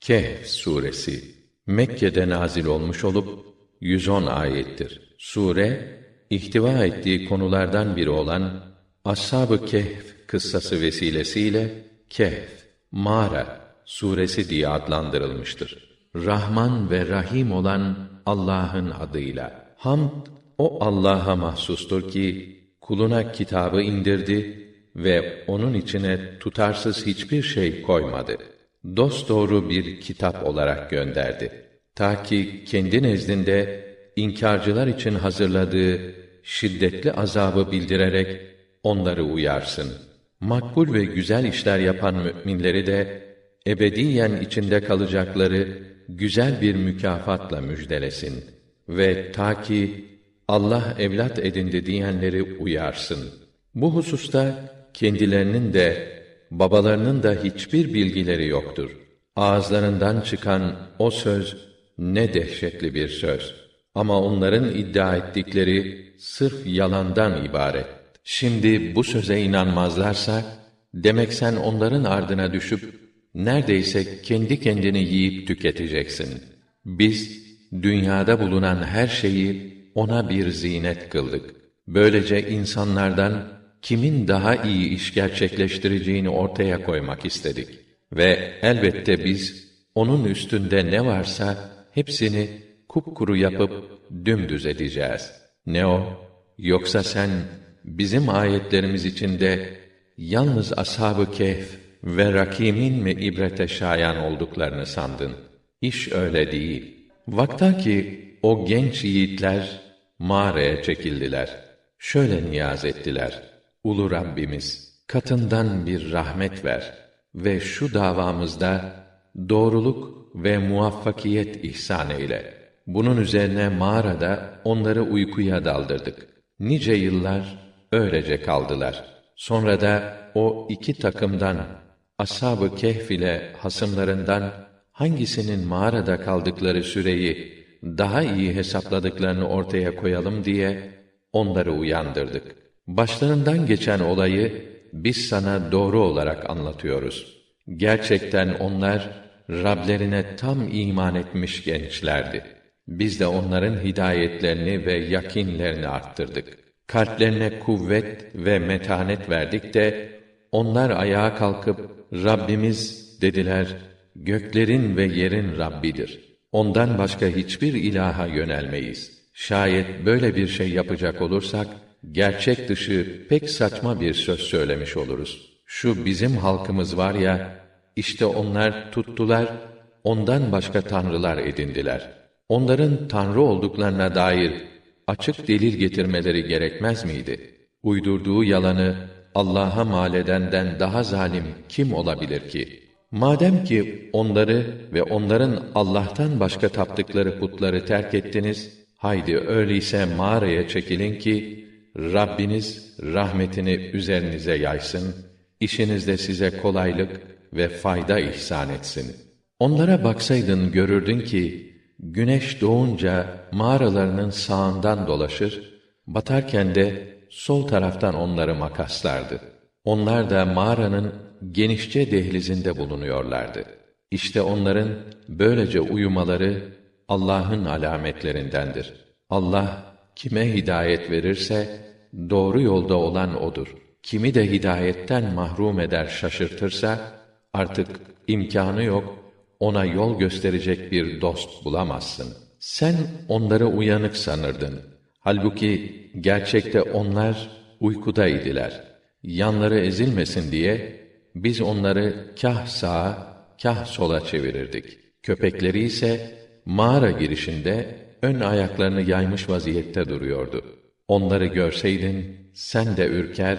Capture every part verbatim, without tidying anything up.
Kehf suresi Mekke'de nazil olmuş olup yüz on ayettir. Sure ihtiva ettiği konulardan biri olan Ashab-ı Kehf kıssası vesilesiyle Kehf, mağara suresi diye adlandırılmıştır. Rahman ve Rahim olan Allah'ın adıyla. Hamd o Allah'a mahsustur ki kuluna kitabı indirdi ve onun içine tutarsız hiçbir şey koymadı. Dosdoğru bir kitap olarak gönderdi. Ta ki kendi nezdinde inkârcılar için hazırladığı şiddetli azabı bildirerek onları uyarsın. Makbul ve güzel işler yapan müminleri de ebediyen içinde kalacakları güzel bir mükafatla müjdelesin ve ta ki Allah evlat edindi diyenleri uyarsın. Bu hususta kendilerinin de babalarının da hiçbir bilgileri yoktur. Ağızlarından çıkan o söz ne dehşetli bir söz. Ama onların iddia ettikleri sırf yalandan ibaret. Şimdi bu söze inanmazlarsa, demek sen onların ardına düşüp, neredeyse kendi kendini yiyip tüketeceksin. Biz, dünyada bulunan her şeyi ona bir zinet kıldık. Böylece insanlardan, kimin daha iyi iş gerçekleştireceğini ortaya koymak istedik. Ve elbette biz, onun üstünde ne varsa, hepsini kupkuru yapıp dümdüz edeceğiz. Ne o? Yoksa sen, bizim ayetlerimiz içinde, yalnız Ashab-ı Kehf ve Rakîm'in mi ibrete şayan olduklarını sandın? İş öyle değil. Vaktaki o genç yiğitler, mağaraya çekildiler. Şöyle niyaz ettiler: Ulu Rabbimiz, katından bir rahmet ver ve şu davamızda doğruluk ve muvaffakiyet ihsan eyle. Bunun üzerine mağarada onları uykuya daldırdık. Nice yıllar öylece kaldılar. Sonra da o iki takımdan, Ashab-ı Kehf ile hasımlarından hangisinin mağarada kaldıkları süreyi daha iyi hesapladıklarını ortaya koyalım diye onları uyandırdık. Başlarından geçen olayı biz sana doğru olarak anlatıyoruz. Gerçekten onlar Rablerine tam iman etmiş gençlerdi. Biz de onların hidayetlerini ve yakînlerini arttırdık. Kalplerine kuvvet ve metanet verdik de onlar ayağa kalkıp Rabbimiz dediler, göklerin ve yerin Rabbidir. Ondan başka hiçbir ilaha yönelmeyiz. Şayet böyle bir şey yapacak olursak, gerçek dışı pek saçma bir söz söylemiş oluruz. Şu bizim halkımız var ya, işte onlar tuttular, ondan başka tanrılar edindiler. Onların tanrı olduklarına dair açık delil getirmeleri gerekmez miydi? Uydurduğu yalanı Allah'a mal edenden daha zalim kim olabilir ki? Madem ki onları ve onların Allah'tan başka taptıkları putları terk ettiniz, haydi öyleyse mağaraya çekilin ki Rabbiniz rahmetini üzerinize yaysın, işinizde size kolaylık ve fayda ihsan etsin. Onlara baksaydın görürdün ki güneş doğunca mağaralarının sağından dolaşır, batarken de sol taraftan onları makaslardı. Onlar da mağaranın genişçe dehlizinde bulunuyorlardı. İşte onların böylece uyumaları Allah'ın alametlerindendir. Allah kime hidayet verirse doğru yolda olan odur. Kimi de hidayetten mahrum eder, şaşırtırsa artık imkânı yok, ona yol gösterecek bir dost bulamazsın. Sen onları uyanık sanırdın. Halbuki gerçekte onlar uykuda idiler. Yanları ezilmesin diye biz onları kâh sağa, kâh sola çevirirdik. Köpekleri ise mağara girişinde ön ayaklarını yaymış vaziyette duruyordu. Onları görseydin sen de ürker,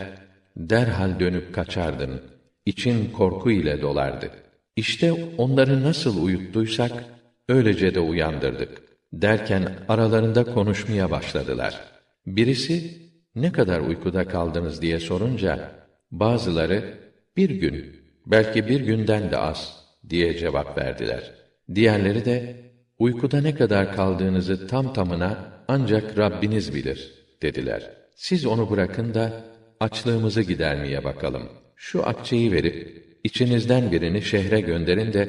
derhal dönüp kaçardın. İçin korku ile dolardı. İşte onları nasıl uyuttuysak öylece de uyandırdık. Derken aralarında konuşmaya başladılar. Birisi ne kadar uykuda kaldınız diye sorunca bazıları bir gün, belki bir günden de az diye cevap verdiler. Diğerleri de uykuda ne kadar kaldığınızı tam tamına ancak Rabbiniz bilir dediler. Siz onu bırakın da açlığımızı gidermeye bakalım. Şu akçeyi verip içinizden birini şehre gönderin de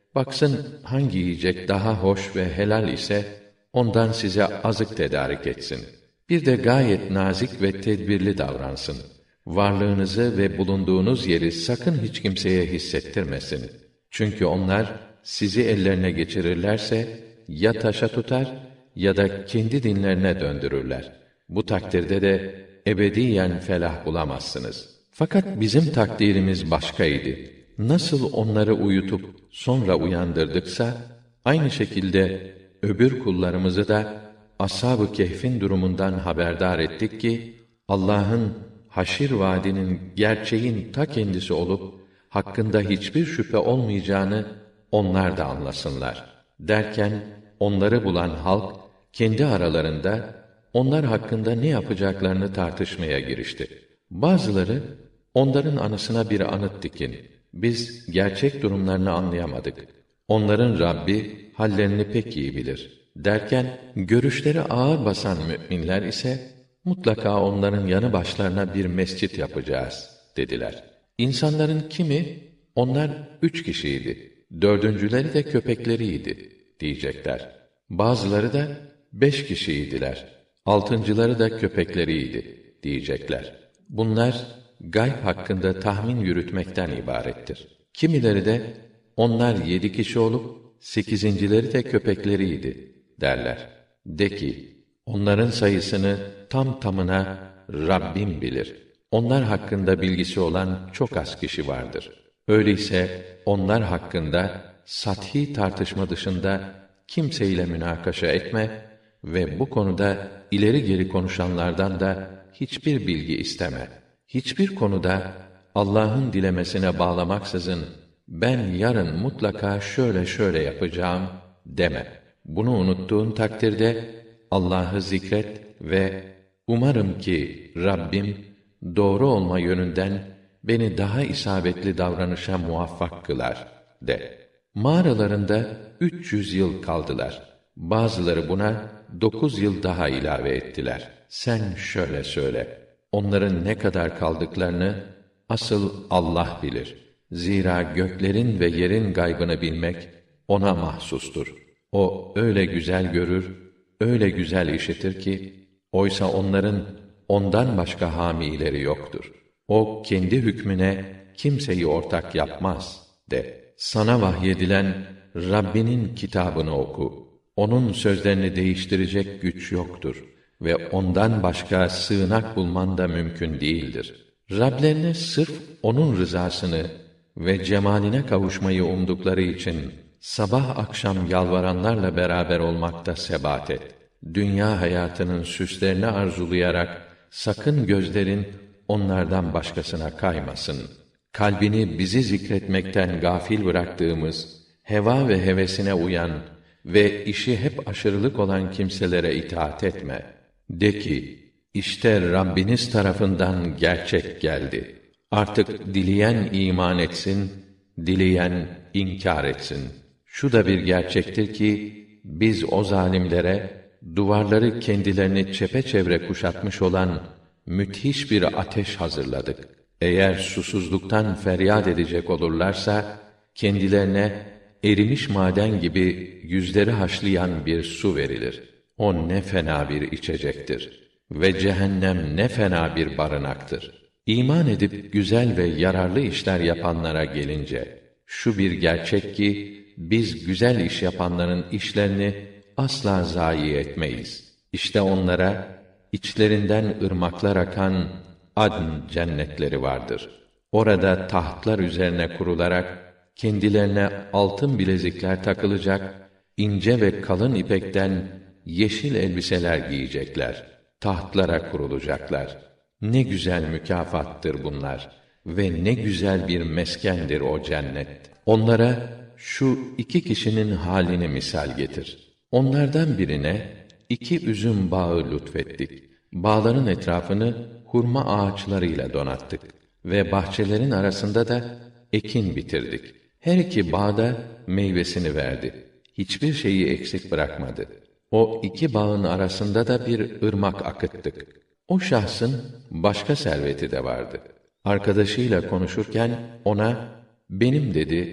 baksın hangi yiyecek daha hoş ve helal ise, ondan size azık tedarik etsin. Bir de gayet nazik ve tedbirli davransın. Varlığınızı ve bulunduğunuz yeri sakın hiç kimseye hissettirmesin. Çünkü onlar sizi ellerine geçirirlerse, ya taşa tutar ya da kendi dinlerine döndürürler. Bu takdirde de ebediyen felah bulamazsınız. Fakat bizim takdirimiz başkaydı. Nasıl onları uyutup sonra uyandırdıksa, aynı şekilde öbür kullarımızı da Ashab-ı Kehf'in durumundan haberdar ettik ki, Allah'ın haşir vaadinin gerçeğin ta kendisi olup, hakkında hiçbir şüphe olmayacağını onlar da anlasınlar. Derken, onları bulan halk, kendi aralarında, onlar hakkında ne yapacaklarını tartışmaya girişti. Bazıları, onların anısına bir anıt dikin. Biz gerçek durumlarını anlayamadık. Onların Rabbi, hallerini pek iyi bilir. Derken, görüşleri ağır basan müminler ise, mutlaka onların yanı başlarına bir mescit yapacağız, dediler. İnsanların kimi, onlar üç kişiydi, dördüncüleri de köpekleriydi, diyecekler. Bazıları da beş kişiydiler, altıncıları da köpekleriydi, diyecekler. Bunlar, gayb hakkında tahmin yürütmekten ibarettir. Kimileri de, onlar yedi kişi olup, sekizincileri de köpekleriydi, derler. De ki, onların sayısını tam tamına Rabbim bilir. Onlar hakkında bilgisi olan çok az kişi vardır. Öyleyse, onlar hakkında, sathi tartışma dışında, kimseyle münakaşa etme ve bu konuda ileri geri konuşanlardan da hiçbir bilgi isteme. Hiçbir konuda Allah'ın dilemesine bağlamaksızın ben yarın mutlaka şöyle şöyle yapacağım deme. Bunu unuttuğun takdirde Allah'ı zikret ve umarım ki Rabbim doğru olma yönünden beni daha isabetli davranışa muvaffak kılar de. Mağaralarında üç yüz yıl kaldılar. Bazıları buna dokuz yıl daha ilave ettiler. Sen şöyle söyle. Onların ne kadar kaldıklarını asıl Allah bilir. Zira göklerin ve yerin gaybını bilmek ona mahsustur. O öyle güzel görür, öyle güzel işitir ki, oysa onların ondan başka hamileri yoktur. O kendi hükmüne kimseyi ortak yapmaz de. Sana vahyedilen Rabbinin kitabını oku. Onun sözlerini değiştirecek güç yoktur ve ondan başka sığınak bulman da mümkün değildir. Rablerine sırf onun rızasını ve cemaline kavuşmayı umdukları için sabah akşam yalvaranlarla beraber olmakta sebat et. Dünya hayatının süslerini arzulayarak sakın gözlerin onlardan başkasına kaymasın. Kalbini bizi zikretmekten gafil bıraktığımız, heva ve hevesine uyan ve işi hep aşırılık olan kimselere itaat etme. De ki, işte Rabbiniz tarafından gerçek geldi. Artık dileyen iman etsin, dileyen inkar etsin. Şu da bir gerçektir ki, biz o zalimlere, duvarları kendilerini çepeçevre kuşatmış olan müthiş bir ateş hazırladık. Eğer susuzluktan feryat edecek olurlarsa, kendilerine erimiş maden gibi yüzleri haşlayan bir su verilir. O ne fena bir içecektir. Ve cehennem ne fena bir barınaktır. İman edip güzel ve yararlı işler yapanlara gelince, şu bir gerçek ki, biz güzel iş yapanların işlerini asla zayi etmeyiz. İşte onlara, içlerinden ırmaklar akan adn cennetleri vardır. Orada tahtlar üzerine kurularak, kendilerine altın bilezikler takılacak, ince ve kalın ipekten yeşil elbiseler giyecekler. Tahtlara kurulacaklar. Ne güzel mükafattır bunlar ve ne güzel bir meskendir o cennet. Onlara şu iki kişinin halini misal getir. Onlardan birine iki üzüm bağı lütfettik. Bağların etrafını hurma ağaçlarıyla donattık ve bahçelerin arasında da ekin bitirdik. Her iki bağda meyvesini verdi. Hiçbir şeyi eksik bırakmadı. O iki bağın arasında da bir ırmak akıttık. O şahsın başka serveti de vardı. Arkadaşıyla konuşurken ona, benim dedi,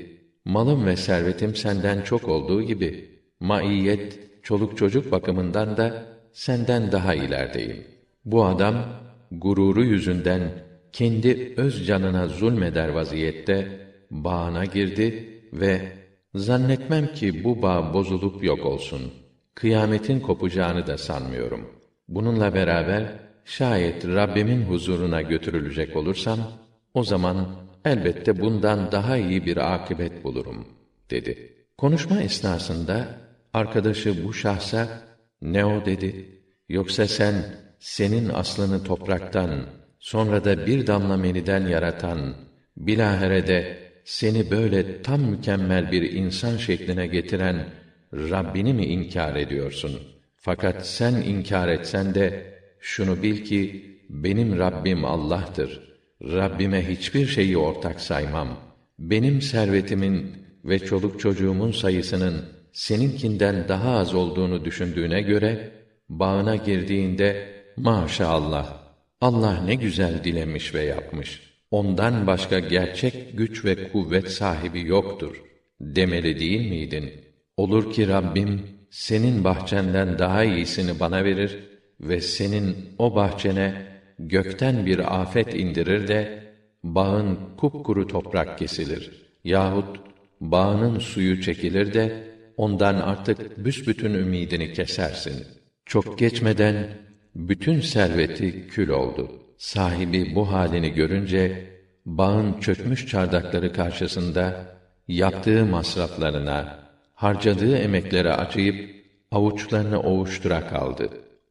malım ve servetim senden çok olduğu gibi, maiyet, çoluk çocuk bakımından da senden daha ilerideyim. Bu adam, gururu yüzünden kendi öz canına zulmeder vaziyette bağına girdi ve zannetmem ki bu bağ bozulup yok olsun. Kıyametin kopacağını da sanmıyorum. Bununla beraber şayet Rabbimin huzuruna götürülecek olursam o zaman elbette bundan daha iyi bir akıbet bulurum dedi. Konuşma esnasında arkadaşı bu şahsa ne o dedi? Yoksa sen senin aslını topraktan sonra da bir damla meniden yaratan bilahare de seni böyle tam mükemmel bir insan şekline getiren Rabbini mi inkar ediyorsun? Fakat sen inkar etsen de şunu bil ki benim Rabbim Allah'tır. Rabbime hiçbir şeyi ortak saymam. Benim servetimin ve çoluk çocuğumun sayısının seninkinden daha az olduğunu düşündüğüne göre bağına girdiğinde maşallah Allah ne güzel dilemiş ve yapmış. Ondan başka gerçek güç ve kuvvet sahibi yoktur demeli değil miydin? Olur ki Rabbim senin bahçenden daha iyisini bana verir ve senin o bahçene gökten bir afet indirir de bağın kupkuru toprak kesilir yahut bağının suyu çekilir de ondan artık büsbütün ümidini kesersin. Çok geçmeden bütün serveti kül oldu. Sahibi bu halini görünce bağın çökmüş çardakları karşısında yaptığı masraflarına, harcadığı emeklere acıyıp avuçlarını ovuştura kaldı.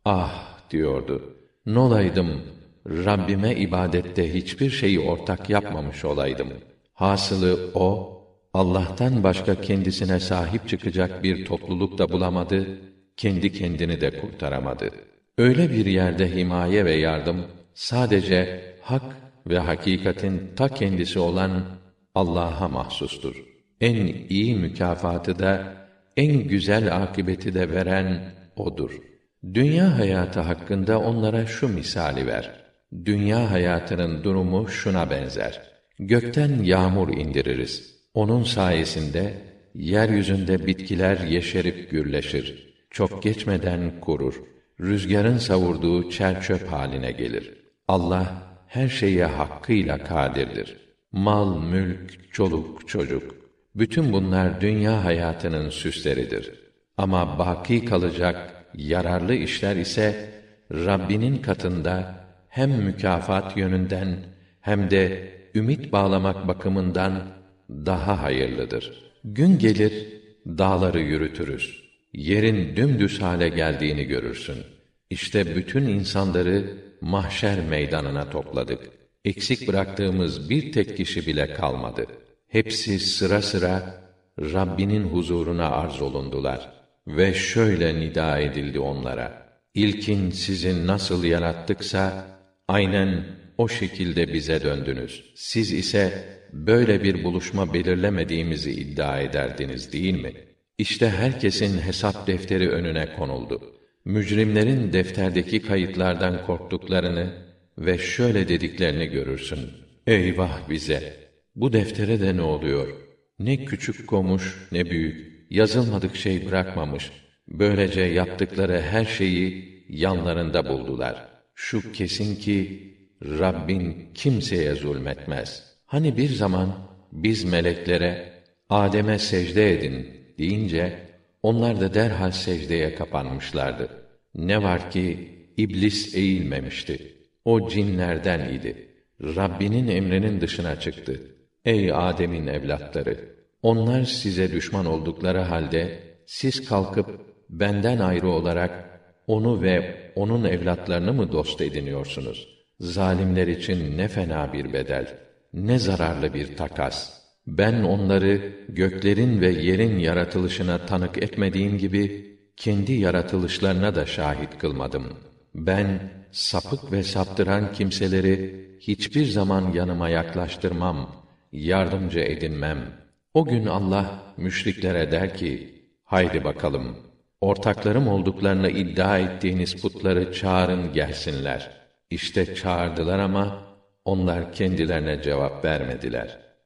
Ah diyordu. Nolaydım Rabbime ibadette hiçbir şeyi ortak yapmamış olaydım. Hasılı o Allah'tan başka kendisine sahip çıkacak bir topluluk da bulamadı, kendi kendini de kurtaramadı. Öyle bir yerde himaye ve yardım sadece hak ve hakikatin ta kendisi olan Allah'a mahsustur. En iyi mükafatı da en güzel akıbeti de veren odur. Dünya hayatı hakkında onlara şu misali ver. Dünya hayatının durumu şuna benzer. Gökten yağmur indiririz. Onun sayesinde yeryüzünde bitkiler yeşerip gürleşir. Çok geçmeden kurur. Rüzgarın savurduğu çer çöp haline gelir. Allah her şeye hakkıyla kadirdir. Mal, mülk, çoluk, çocuk. Bütün bunlar dünya hayatının süsleridir. Ama baki kalacak yararlı işler ise Rabbinin katında hem mükafat yönünden hem de ümit bağlamak bakımından daha hayırlıdır. Gün gelir, dağları yürütürüz. Yerin dümdüz hale geldiğini görürsün. İşte bütün insanları mahşer meydanına topladık. Eksik bıraktığımız bir tek kişi bile kalmadı. Hepsi sıra sıra Rabbinin huzuruna arz olundular. Ve şöyle nida edildi onlara. İlkin sizi nasıl yarattıksa, aynen o şekilde bize döndünüz. Siz ise böyle bir buluşma belirlemediğimizi iddia ederdiniz değil mi? İşte herkesin hesap defteri önüne konuldu. Mücrimlerin defterdeki kayıtlardan korktuklarını ve şöyle dediklerini görürsün. Eyvah bize! Bu deftere de ne oluyor? Ne küçük komuş, ne büyük. Yazılmadık şey bırakmamış. Böylece yaptıkları her şeyi yanlarında buldular. Şu kesin ki Rabbin kimseye zulmetmez. Hani bir zaman biz meleklere Adem'e secde edin deyince onlar da derhal secdeye kapanmışlardı. Ne var ki iblis eğilmemişti. O cinlerden idi. Rabbinin emrinin dışına çıktı. Ey Adem'in evlatları! Onlar size düşman oldukları halde siz kalkıp benden ayrı olarak onu ve onun evlatlarını mı dost ediniyorsunuz? Zalimler için ne fena bir bedel, ne zararlı bir takas. Ben onları göklerin ve yerin yaratılışına tanık etmediğim gibi kendi yaratılışlarına da şahit kılmadım. Ben sapık ve saptıran kimseleri hiçbir zaman yanıma yaklaştırmam, yardımcı edinmem. O gün Allah müşriklere der ki, haydi bakalım, ortaklarım olduklarını iddia ettiğiniz putları çağırın gelsinler. İşte çağırdılar ama onlar kendilerine cevap vermediler.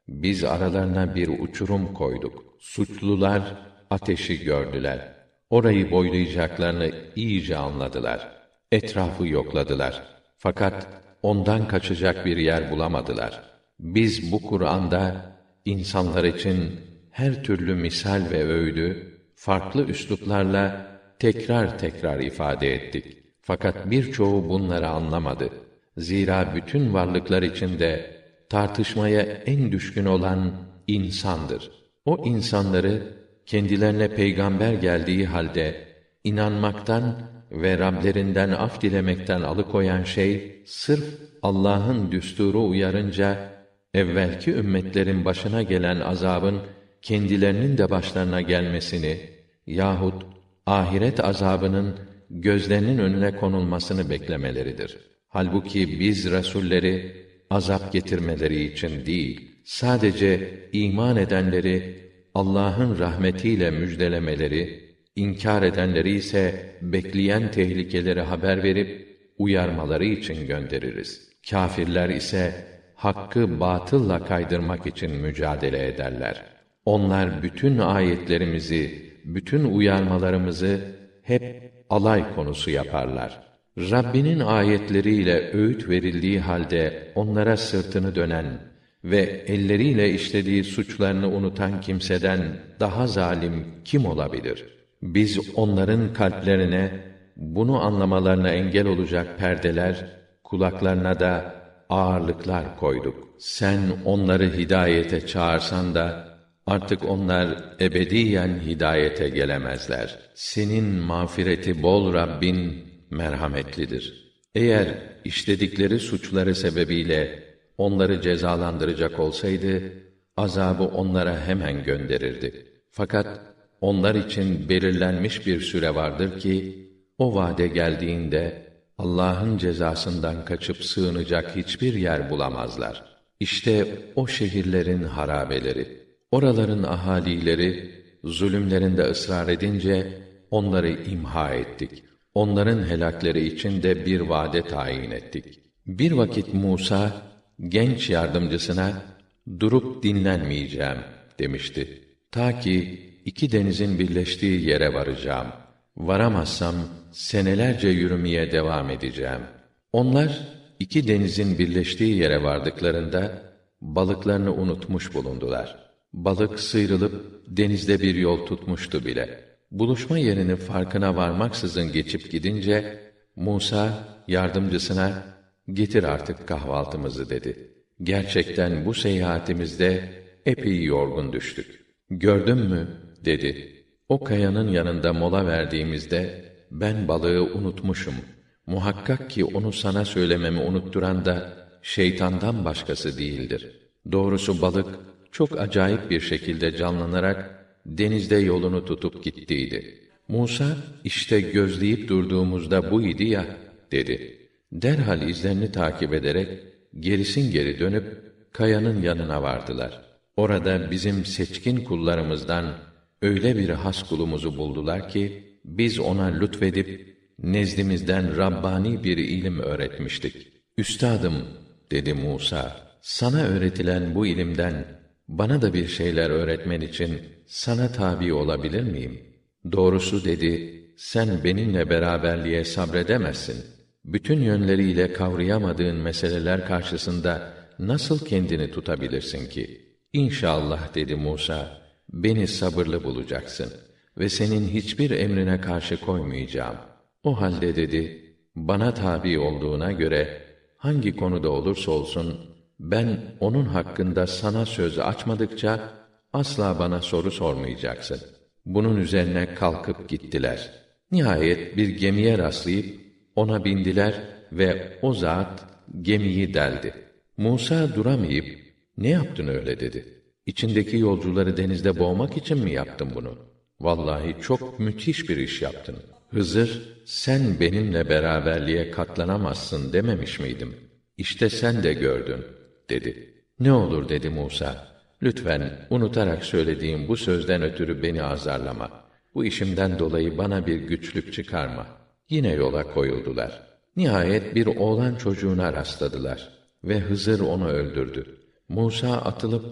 biz aralarına bir uçurum koyduk. Suçlular ateşi gördüler. Orayı boylayacaklarını iyice anladılar. Etrafı yokladılar. Fakat ondan kaçacak bir yer bulamadılar. Biz bu Kur'an'da insanlar için her türlü misal ve öğüdü farklı üsluplarla tekrar tekrar ifade ettik. Fakat birçoğu bunları anlamadı. Zira bütün varlıklar içinde tartışmaya en düşkün olan insandır. O insanları kendilerine peygamber geldiği halde inanmaktan ve Rablerinden af dilemekten alıkoyan şey, sırf Allah'ın düsturu uyarınca evvelki ümmetlerin başına gelen azabın kendilerinin de başlarına gelmesini yahut ahiret azabının gözlerinin önüne konulmasını beklemeleridir. Halbuki biz rasulleri azap getirmeleri için değil, sadece iman edenleri Allah'ın rahmetiyle müjdelemeleri, inkar edenleri ise bekleyen tehlikeleri haber verip uyarmaları için göndeririz. Kâfirler ise hakkı batılla kaydırmak için mücadele ederler. Onlar bütün ayetlerimizi, bütün uyarmalarımızı hep alay konusu yaparlar. Rabbinin ayetleriyle öğüt verildiği halde onlara sırtını dönen ve elleriyle işlediği suçlarını unutan kimseden daha zalim kim olabilir? Biz onların kalplerine bunu anlamalarına engel olacak perdeler, kulaklarına da ağırlıklar koyduk. Sen onları hidayete çağırsan da artık onlar ebediyen hidayete gelemezler. Senin mağfireti bol Rabbin merhametlidir. Eğer işledikleri suçları sebebiyle onları cezalandıracak olsaydı, azabı onlara hemen gönderirdi. Fakat onlar için belirlenmiş bir süre vardır ki, o vade geldiğinde Allah'ın cezasından kaçıp sığınacak hiçbir yer bulamazlar. İşte o şehirlerin harabeleri, oraların ahalileri zulümlerinde ısrar edince onları imha ettik. Onların helakleri için de bir vade tayin ettik. Bir vakit Musa genç yardımcısına durup dinlenmeyeceğim demişti. Ta ki iki denizin birleştiği yere varacağım. Varamazsam senelerce yürümeye devam edeceğim. Onlar iki denizin birleştiği yere vardıklarında balıklarını unutmuş bulundular. Balık sıyrılıp denizde bir yol tutmuştu bile. Buluşma yerini farkına varmaksızın geçip gidince Musa yardımcısına "Getir artık kahvaltımızı." dedi. Gerçekten bu seyahatimizde epey yorgun düştük. "Gördün mü?" dedi. "O kayanın yanında mola verdiğimizde ben balığı unutmuşum. Muhakkak ki onu sana söylememi unutturan da şeytandan başkası değildir. Doğrusu balık çok acayip bir şekilde canlanarak denizde yolunu tutup gittiydi." Musa, "İşte gözleyip durduğumuzda bu idi ya," dedi. Derhal izlerini takip ederek gerisin geri dönüp kayanın yanına vardılar. Orada bizim seçkin kullarımızdan öyle bir has kulumuzu buldular ki biz ona lütfedip nezdimizden Rabbani bir ilim öğretmiştik. "Üstadım," dedi Musa, "sana öğretilen bu ilimden bana da bir şeyler öğretmen için sana tabi olabilir miyim?" "Doğrusu," dedi, "sen benimle beraberliğe sabredemezsin. Bütün yönleriyle kavrayamadığın meseleler karşısında nasıl kendini tutabilirsin ki?" "İnşallah," dedi Musa, "beni sabırlı bulacaksın ve senin hiçbir emrine karşı koymayacağım." "O halde," dedi, "bana tabi olduğuna göre hangi konuda olursa olsun ben onun hakkında sana söz açmadıkça asla bana soru sormayacaksın." Bunun üzerine kalkıp gittiler. Nihayet bir gemiye rastlayıp ona bindiler ve o zat gemiyi deldi. Musa duramayıp, "Ne yaptın öyle?" dedi. "İçindeki yolcuları denizde boğmak için mi yaptın bunu?" "Vallahi çok müthiş bir iş yaptın." "Hızır, sen benimle beraberliğe katlanamazsın dememiş miydim? İşte sen de gördün," dedi. "Ne olur," dedi Musa, "lütfen unutarak söylediğim bu sözden ötürü beni azarlama. Bu işimden dolayı bana bir güçlük çıkarma." Yine yola koyuldular. Nihayet bir oğlan çocuğuna rastladılar ve Hızır onu öldürdü. Musa atılıp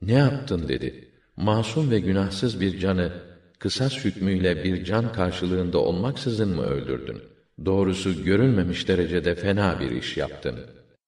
"Ne yaptın?" dedi. "Masum ve günahsız bir canı kısas hükmüyle bir can karşılığında olmaksızın mı öldürdün? Doğrusu görülmemiş derecede fena bir iş yaptın.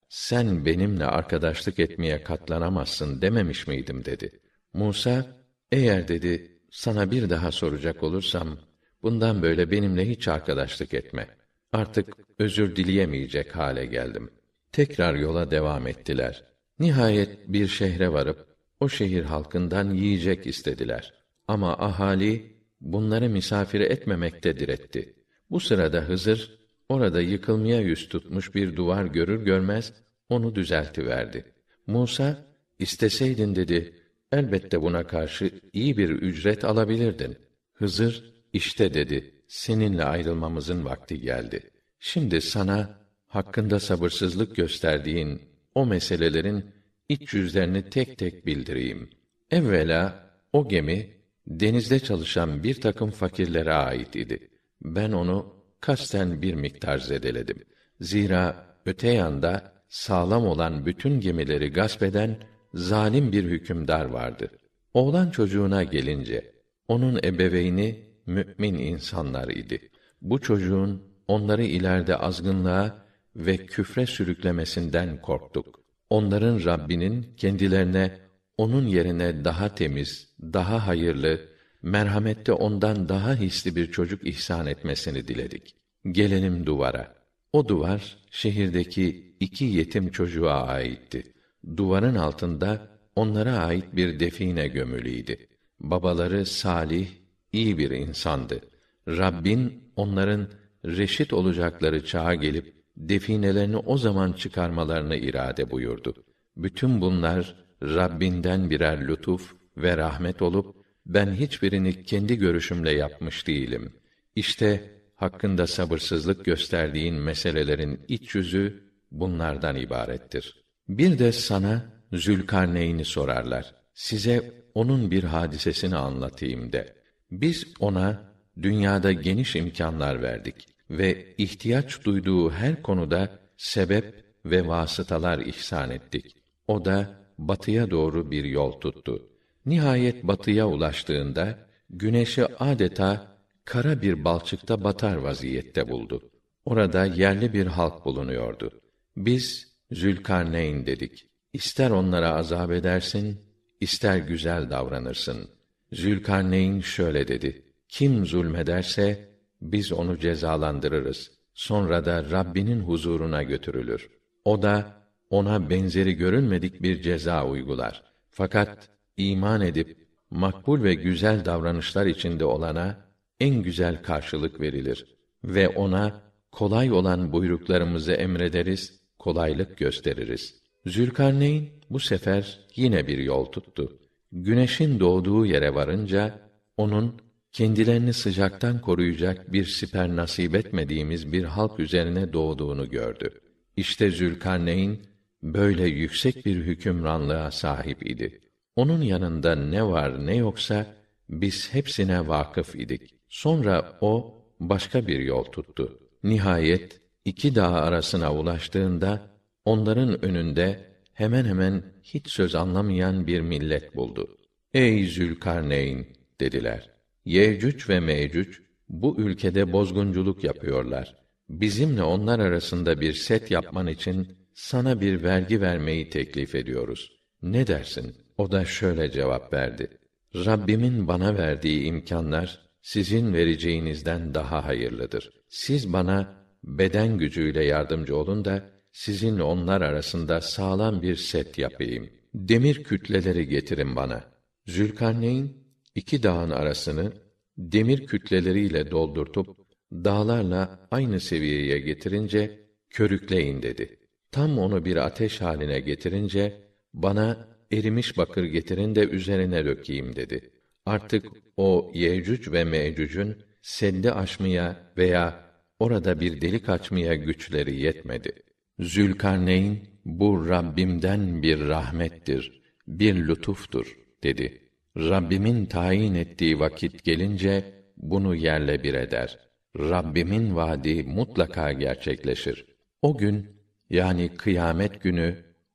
Sen benimle arkadaşlık etmeye katlanamazsın dememiş miydim?" dedi. Musa, "Eğer" dedi, "sana bir daha soracak olursam, bundan böyle benimle hiç arkadaşlık etme. Artık özür dileyemeyecek hale geldim." Tekrar yola devam ettiler. Nihayet bir şehre varıp, o şehir halkından yiyecek istediler. Ama ahali, bunları misafir etmemekte diretti. Bu sırada Hızır, orada yıkılmaya yüz tutmuş bir duvar görür görmez, onu düzeltiverdi. Musa, "İsteseydin" dedi, "elbette buna karşı iyi bir ücret alabilirdin." Hızır, "İşte" dedi, "seninle ayrılmamızın vakti geldi. Şimdi sana, hakkında sabırsızlık gösterdiğin o meselelerin iç yüzlerini tek tek bildireyim. Evvela, o gemi, denizde çalışan bir takım fakirlere ait idi. Ben onu kasten bir miktar zedeledim. Zira öte yanda sağlam olan bütün gemileri gasp eden zalim bir hükümdar vardı. Oğlan çocuğuna gelince, onun ebeveyni mü'min insanlar idi. Bu çocuğun onları ileride azgınlığa ve küfre sürüklemesinden korktuk. Onların Rabbinin kendilerine onun yerine daha temiz, daha hayırlı, merhamette ondan daha hisli bir çocuk ihsan etmesini diledik. Gelelim duvara. O duvar şehirdeki iki yetim çocuğa aitti. Duvarın altında onlara ait bir define gömülüydü. Babaları salih, iyi bir insandı. Rabbin onların reşit olacakları çağa gelip definelerini o zaman çıkarmalarını irade buyurdu. Bütün bunlar Rabbinden birer lütuf ve rahmet olup ben hiçbirini kendi görüşümle yapmış değilim. İşte hakkında sabırsızlık gösterdiğin meselelerin iç yüzü bunlardan ibarettir. Bir de sana Zülkarneyn'i sorarlar. Size onun bir hadisesini anlatayım de. Biz ona dünyada geniş imkânlar verdik ve ihtiyaç duyduğu her konuda sebep ve vasıtalar ihsan ettik. O da batıya doğru bir yol tuttu. Nihayet batıya ulaştığında güneşi adeta kara bir balçıkta batar vaziyette buldu. Orada yerli bir halk bulunuyordu. Biz Zülkarneyn dedik. İster onlara azap edersin, ister güzel davranırsın. Zülkarneyn şöyle dedi: Kim zulmederse biz onu cezalandırırız. Sonra da Rabbinin huzuruna götürülür. O da ona benzeri görülmedik bir ceza uygular. Fakat iman edip makbul ve güzel davranışlar içinde olana en güzel karşılık verilir ve ona kolay olan buyruklarımızı emrederiz, kolaylık gösteririz. Zülkarneyn bu sefer yine bir yol tuttu. Güneşin doğduğu yere varınca onun kendilerini sıcaktan koruyacak bir siper nasip etmediğimiz bir halk üzerine doğduğunu gördü. İşte Zülkarneyn böyle yüksek bir hükümranlığa sahip idi. Onun yanında ne var ne yoksa biz hepsine vakıf idik. Sonra o başka bir yol tuttu. Nihayet iki dağ arasına ulaştığında onların önünde hemen hemen hiç söz anlamayan bir millet buldu. Ey Zülkarneyn dediler. Yecüc ve Mecüc bu ülkede bozgunculuk yapıyorlar. Bizimle onlar arasında bir set yapman için sana bir vergi vermeyi teklif ediyoruz. Ne dersin? O da şöyle cevap verdi: Rabbimin bana verdiği imkânlar sizin vereceğinizden daha hayırlıdır. Siz bana beden gücüyle yardımcı olun da sizinle onlar arasında sağlam bir set yapayım. Demir kütleleri getirin bana. Zülkarneyn iki dağın arasını demir kütleleriyle doldurtup dağlarla aynı seviyeye getirince körükleyin dedi. Tam onu bir ateş haline getirince bana erimiş bakır getirin de üzerine dökeyim dedi. Artık o Yecüc ve Mecüc'ün seddi aşmaya veya orada bir delik açmaya güçleri yetmedi. Zülkarneyn, bu Rabbimden bir rahmettir, bir lütuftur dedi. Rabbimin tayin ettiği vakit gelince bunu yerle bir eder. Rabbimin vaadi mutlaka gerçekleşir. O gün, yani kıyamet günü,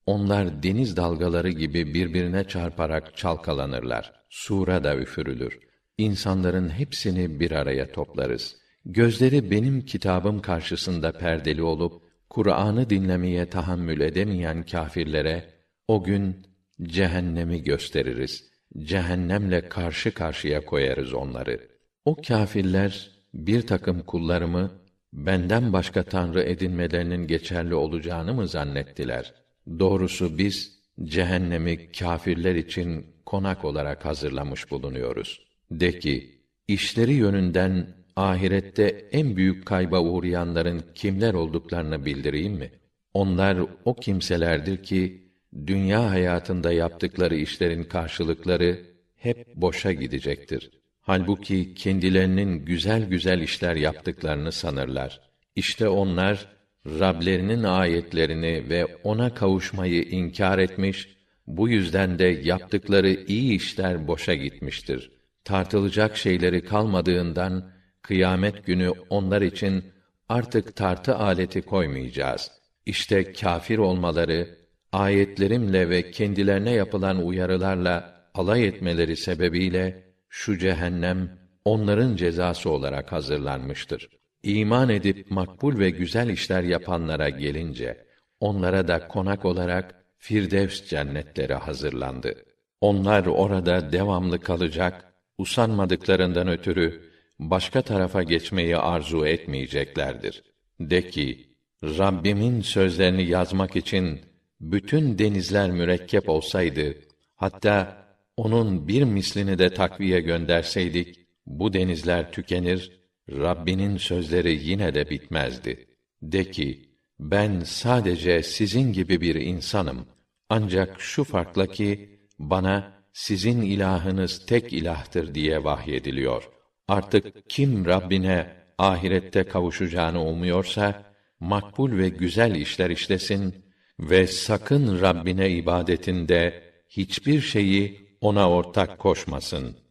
Onlar deniz dalgaları gibi birbirine çarparak çalkalanırlar. Sura da üfürülür. İnsanların hepsini bir araya toplarız. Gözleri benim kitabım karşısında perdeli olup Kur'an'ı dinlemeye tahammül edemeyen kâfirlere o gün cehennemi gösteririz. Cehennemle karşı karşıya koyarız onları. O kâfirler bir takım kullarımı benden başka tanrı edinmelerinin geçerli olacağını mı zannettiler? Doğrusu biz cehennemi kâfirler için konak olarak hazırlamış bulunuyoruz. De ki, işleri yönünden ahirette en büyük kayba uğrayanların kimler olduklarını bildireyim mi? Onlar o kimselerdir ki dünya hayatında yaptıkları işlerin karşılıkları hep boşa gidecektir. Halbuki kendilerinin güzel güzel işler yaptıklarını sanırlar. İşte onlar Rablerinin ayetlerini ve ona kavuşmayı inkar etmiş, bu yüzden de yaptıkları iyi işler boşa gitmiştir. Tartılacak şeyleri kalmadığından kıyamet günü onlar için artık tartı aleti koymayacağız. İşte kâfir olmaları, ayetlerimle ve kendilerine yapılan uyarılarla alay etmeleri sebebiyle şu cehennem onların cezası olarak hazırlanmıştır. İman edip makbul ve güzel işler yapanlara gelince onlara da konak olarak Firdevs cennetleri hazırlandı. Onlar orada devamlı kalacak, usanmadıklarından ötürü başka tarafa geçmeyi arzu etmeyeceklerdir. De ki, Rabbimin sözlerini yazmak için bütün denizler mürekkep olsaydı, hatta onun bir mislini de takviye gönderseydik, bu denizler tükenir, Rabbinin sözleri yine de bitmezdi. De ki, ben sadece sizin gibi bir insanım. Ancak şu farkla ki, bana sizin ilahınız tek ilahtır diye vahyediliyor. Artık kim Rabbine ahirette kavuşacağını umuyorsa, makbul ve güzel işler işlesin ve sakın Rabbine ibadetinde hiçbir şeyi ona ortak koşmasın.